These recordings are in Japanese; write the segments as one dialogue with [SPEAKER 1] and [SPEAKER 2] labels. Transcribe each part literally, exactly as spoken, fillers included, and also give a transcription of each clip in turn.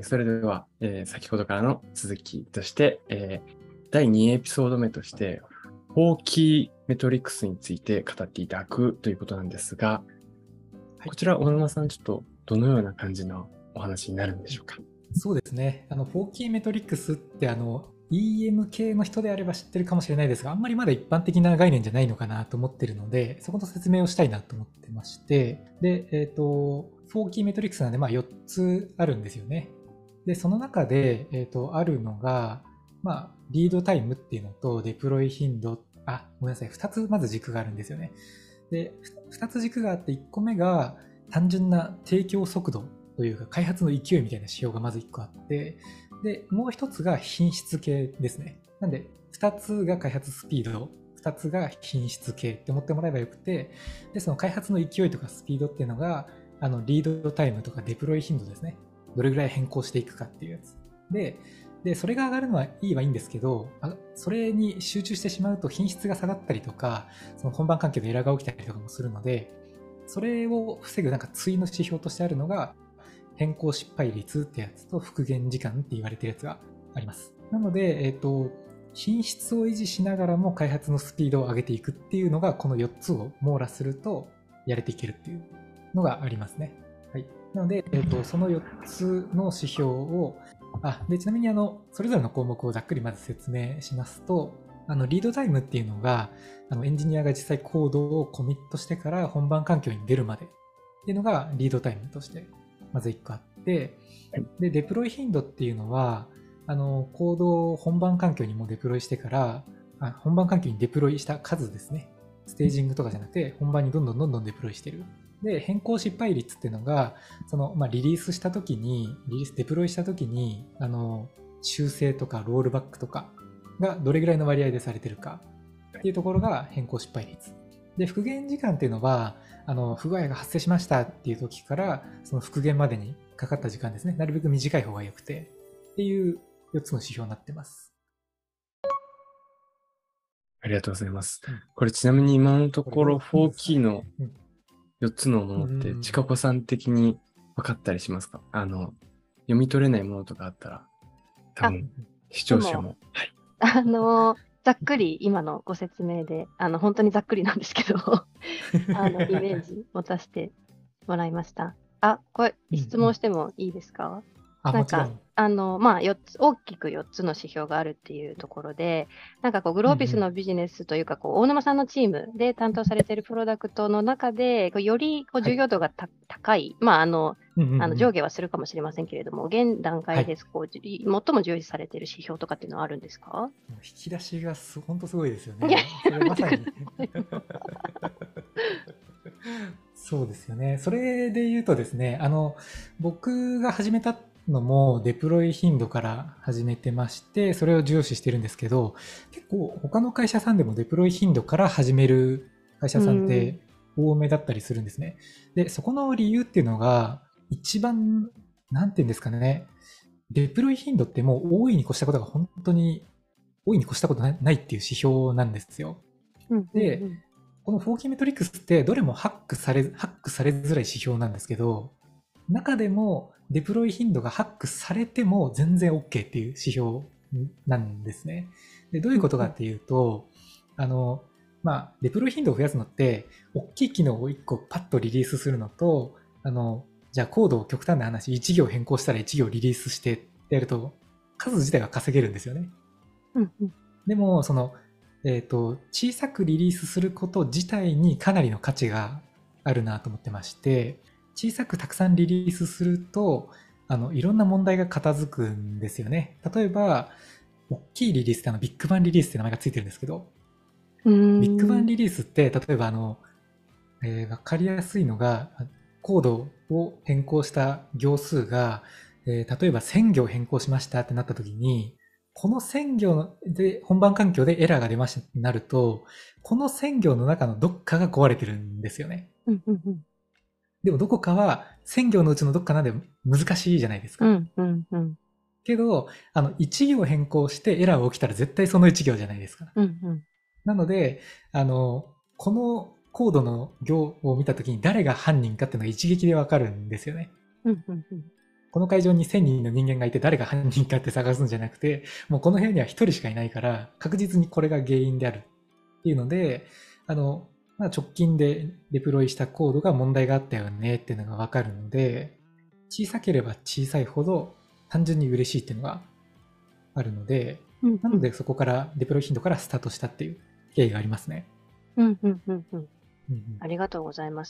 [SPEAKER 1] それでは、えー先ほどからの続きとして、えーだいにエピソード目として、フォーキーメトリックスについて語っていただくということなんですが、
[SPEAKER 2] はい
[SPEAKER 1] こちら、小沼さん、ちょっとどのような感じのお話になるんでしょうか。
[SPEAKER 2] そうですね。あの、フォーキーメトリックスってあの、イーエム 系の人であれば知ってるかもしれないですが、あんまりまだ一般的な概念じゃないのかなと思ってるので、そこの説明をしたいなと思ってまして、で、えっ、と、フォーキーメトリックスなんで、まあよっつあるんですよね。で、その中で、えっ、と、あるのが、まあ、リードタイムっていうのと、デプロイ頻度、あ、ごめんなさい、ふたつまず軸があるんですよね。で、ふたつ軸があって、いっこめが単純な提供速度というか開発の勢いみたいな指標がまずいっこあって、で、もう一つが品質系ですね。なんで、二つが開発スピード、二つが品質系って思ってもらえばよくて、で、その開発の勢いとかスピードっていうのが、あの、リードタイムとかデプロイ頻度ですね。どれぐらい変更していくかっていうやつ。で、で、それが上がるのはいいはいいんですけど、あそれに集中してしまうと品質が下がったりとか、その本番環境でエラーが起きたりとかもするので、それを防ぐなんか対の指標としてあるのが、変更失敗率ってやつと復元時間って言われてるやつがあります。なので、えっと、品質を維持しながらも開発のスピードを上げていくっていうのが、このよっつを網羅するとやれていけるっていうのがありますね。はい。なので、えっと、そのよっつの指標を、あ、で、ちなみにあの、それぞれの項目をざっくりまず説明しますと、あの、リードタイムっていうのが、あの、エンジニアが実際コードをコミットしてから本番環境に出るまでっていうのがリードタイムとしてまずいっこあって、で、デプロイ頻度っていうのは、あの、コードを本番環境にもデプロイしてから、あ本番環境にデプロイした数ですね。ステージングとかじゃなくて、本番にどんどんどんどんデプロイしてる。で、変更失敗率っていうのが、その、まあ、リリースした時に、リリース、デプロイした時に、あの、修正とかロールバックとかがどれぐらいの割合でされてるかっていうところが変更失敗率。で、復元時間っていうのは、あの、不具合が発生しましたっていう時から、その復元までにかかった時間ですね。なるべく短い方が良くて、っていうよっつの指標になってます。
[SPEAKER 1] ありがとうございます。
[SPEAKER 2] うん
[SPEAKER 1] これちなみに今のと
[SPEAKER 2] これどう
[SPEAKER 1] ころ、フォーキーの
[SPEAKER 2] うん
[SPEAKER 1] よっつのものって、
[SPEAKER 2] うん
[SPEAKER 1] ちかこさん的に分かったりしますか？あの、読み取れないものとかあったら、多分、視聴者も。はい。
[SPEAKER 3] あの、ざっくり今のご説明で、あの、本当にざっくりなんですけど、あの、イメージ持たせてもらいました。あ、これ、質問してもいいですか？
[SPEAKER 2] あ、
[SPEAKER 3] なんか
[SPEAKER 2] もちろん。
[SPEAKER 3] あの、まあ、よっつ、大きくよっつの指標があるっていうところで、なんかこう、グロービスのビジネスというか、こう、大沼さんのチームで担当されているプロダクトの中で、こうよりこう重要度がた、高い、まあ、あの、
[SPEAKER 2] うんうんうん
[SPEAKER 3] あの上下はするかもしれませんけれども、現段階です、こう、じ最も重視されている指標とかっていうのはあるんですか？
[SPEAKER 2] 引き出しがす本当すごいですよ
[SPEAKER 3] いや
[SPEAKER 2] ね。それまさに
[SPEAKER 3] やめてくだ
[SPEAKER 2] そうですよね。それで言うとですね、あの、僕が始めたのもデプロイ頻度から始めてまして、それを重視してるんですけど、結構他の会社さんでもデプロイ頻度から始める会社さんって多めだったりするんですね。で、そこの理由っていうのが、一番、なんていうんですかね、デプロイ頻度ってもう大いに越したことが本当に、大いに越したことないないっていう指標なんですよ。
[SPEAKER 3] うんうんうん
[SPEAKER 2] で、このフォーキーメトリックスってどれもハックされ、ハックされづらい指標なんですけど、中でもデプロイ頻度がハックされても全然 OK っていう指標なんですね。で、どういうことかっていうと、あの、まあ、デプロイ頻度を増やすのって、大きい機能をいっこパッとリリースするのと、あの、じゃあコードを極端な話、いち行変更したらいち行リリースしてってやると、数自体は稼げるんですよね。
[SPEAKER 3] うんうん
[SPEAKER 2] でも、その、えっと、小さくリリースすること自体にかなりの価値があるなと思ってまして、小さくたくさんリリースすると、あの、いろんな問題が片付くんですよね。例えば、大きいリリースってあの、ビッグバンリリースって名前がついてるんですけど、
[SPEAKER 3] うーん
[SPEAKER 2] ビッグバンリリースって、例えばあの、えーわかりやすいのが、コードを変更した行数が、えー例えばせん行変更しましたってなった時に、このせん行で本番環境でエラーが出ましたってなると、このせん行の中のどっかが壊れてるんですよね。
[SPEAKER 3] うんうんうん
[SPEAKER 2] でもどこかはせん行のうちのどっかなんで難しいじゃないですか。
[SPEAKER 3] うんうんうん
[SPEAKER 2] けど、あの、いち行変更してエラーが起きたら絶対そのいち行じゃないですか。
[SPEAKER 3] うんうん
[SPEAKER 2] なので、あの、このコードの行を見たときに誰が犯人かっていうのが一撃でわかるんですよね。
[SPEAKER 3] うんうんうん
[SPEAKER 2] この会場にせんにんの人間がいて誰が犯人かって探すんじゃなくて、もうこの部屋にはひとりしかいないから確実にこれが原因であるっていうので、あの、まあ、直近でデプロイしたコードが問題があったよねっていうのがわかるので、小さければ小さいほど単純に嬉しいっていうのがあるので、
[SPEAKER 3] うんうん
[SPEAKER 2] なのでそこからデプロイ頻度からスタートしたっていう経緯がありますね。
[SPEAKER 3] うんうんうんうん。
[SPEAKER 2] うんうん
[SPEAKER 3] ありがとうございます。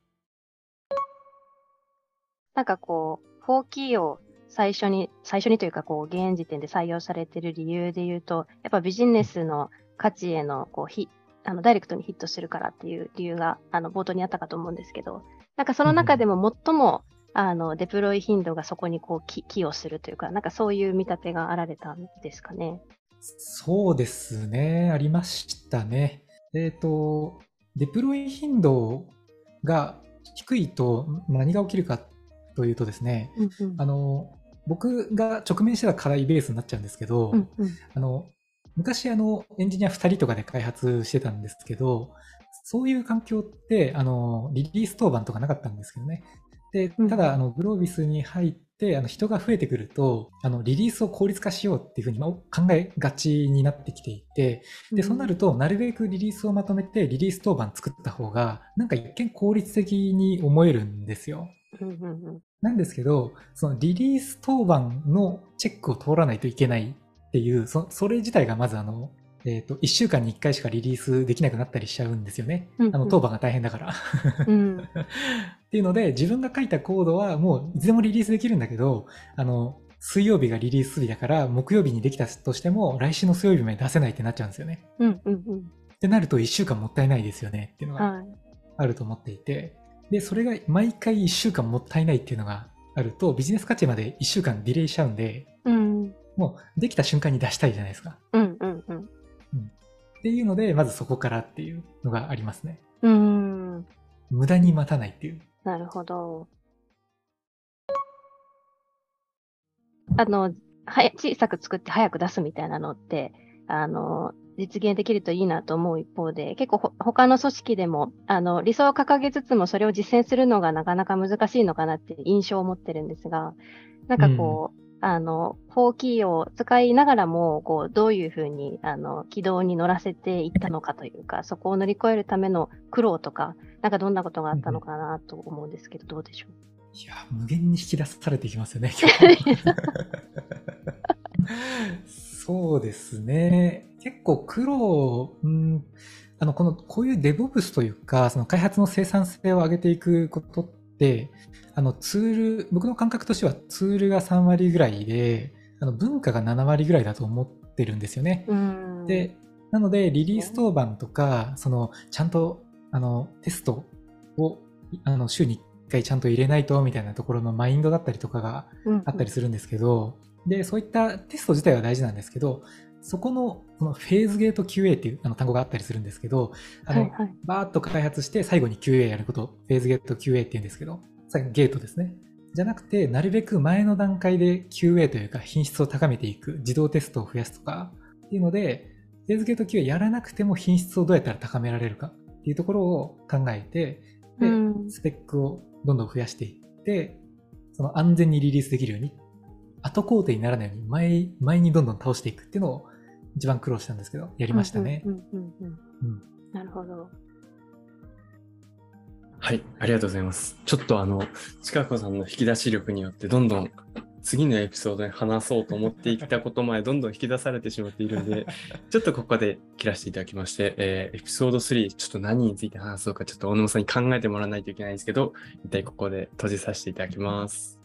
[SPEAKER 3] なんかこう、フォーキーを最初に、最初にというか、こう、現時点で採用されている理由で言うと、やっぱビジネスの価値への、こう、ひ、あの、ダイレクトにヒットするからっていう理由が、あの、冒頭にあったかと思うんですけど、なんかその中でも最も、あの、デプロイ頻度がそこにこう、き寄与するというか、なんかそういう見立てがあられたんですかね。
[SPEAKER 2] そうですね、ありましたね。えっと、デプロイ頻度が低いと何が起きるかというとですね、
[SPEAKER 3] うんうん
[SPEAKER 2] あの、僕が直面してた課題ベースになっちゃうんですけど、
[SPEAKER 3] うんうん
[SPEAKER 2] あの、昔あの、エンジニアふたりとかで開発してたんですけど、そういう環境って、あの、リリース当番とかなかったんですけどね。で、
[SPEAKER 3] うん
[SPEAKER 2] ただ、あの、グロービスに入って、あの、人が増えてくると、あの、リリースを効率化しようっていうふうにまあ考えがちになってきていて、で、そうなると、なるべくリリースをまとめて、リリース当番作った方が、なんか一見効率的に思えるんですよ。
[SPEAKER 3] うんうんうん
[SPEAKER 2] なんですけど、そのリリース当番のチェックを通らないといけないっていう、そそれ自体がまずあの、えっと、いっしゅうかんにいっかいしかリリースできなくなったりしちゃうんですよね。
[SPEAKER 3] うんうん
[SPEAKER 2] あの、当番が大変だから。
[SPEAKER 3] うん
[SPEAKER 2] っていうので、自分が書いたコードはもういつでもリリースできるんだけど、あの、水曜日がリリース日だから、木曜日にできたとしても、来週の水曜日まで出せないってなっちゃうんですよね。
[SPEAKER 3] うんうんうん
[SPEAKER 2] ってなるといっしゅうかんもったいないですよねっていうのが
[SPEAKER 3] はい。
[SPEAKER 2] あると思っていて、で、それが毎回いっしゅうかんもったいないっていうのがあると、ビジネス価値までいっしゅうかんディレイしちゃうんで、
[SPEAKER 3] うん
[SPEAKER 2] もうできた瞬間に出したいじゃないですか。
[SPEAKER 3] うんうんうん
[SPEAKER 2] っていうので、まずそこからっていうのがありますね。
[SPEAKER 3] うーん、
[SPEAKER 2] 無駄に待たないっていう。
[SPEAKER 3] なるほど。あの、はや小さく作って早く出すみたいなのって、あの、実現できるといいなと思う一方で、結構ほ他の組織でも、あの、理想を掲げつつもそれを実践するのがなかなか難しいのかなっていう印象を持ってるんですが、なんかこう、あの、フォーキーを使いながらも、こう、どういうふうに、あの、軌道に乗らせていったのかというか、そこを乗り越えるための苦労とか、なんかどんなことがあったのかなと思うんですけど、どうでしょう。
[SPEAKER 2] いや、無限に引き出されていきますよね、そうですね。結構苦労、うん、あの、この、こういう DevOps というか、その開発の生産性を上げていくことって、あの、ツール、僕の感覚としてはツールがさんわりぐらいで、あの、文化がななわりぐらいだと思ってるんですよね。
[SPEAKER 3] うん
[SPEAKER 2] で、なので、リリース当番とか、その、ちゃんと、あの、テストを、あの、週にいっかいちゃんと入れないと、みたいなところのマインドだったりとかがあったりするんですけど、で、そういったテスト自体は大事なんですけど、そこの、このフェーズゲート キューエー っていうあの単語があったりするんですけど、あの、
[SPEAKER 3] はいはい、
[SPEAKER 2] バーッと開発して最後に キューエー やること、フェーズゲート キューエー って言うんですけど、最後ゲートですね。じゃなくて、なるべく前の段階で キューエー というか品質を高めていく、自動テストを増やすとか、っていうので、フェーズゲート キューエー やらなくても品質をどうやったら高められるかっていうところを考えて、で、スペックをどんどん増やしていって、その安全にリリースできるように、後工程にならないように前、前にどんどん倒していくっていうのを一番苦労したんですけど、やりましたね。
[SPEAKER 3] なるほど。
[SPEAKER 1] はい、ありがとうございます。ちょっとあの、近子さんの引き出し力によってどんどん次のエピソードに話そうと思ってきたことまでどんどん引き出されてしまっているんで、ちょっとここで切らせていただきまして、えー、エピソードスリー、ちょっと何について話そうかちょっと大沼さんに考えてもらわないといけないんですけど、一体ここで閉じさせていただきます。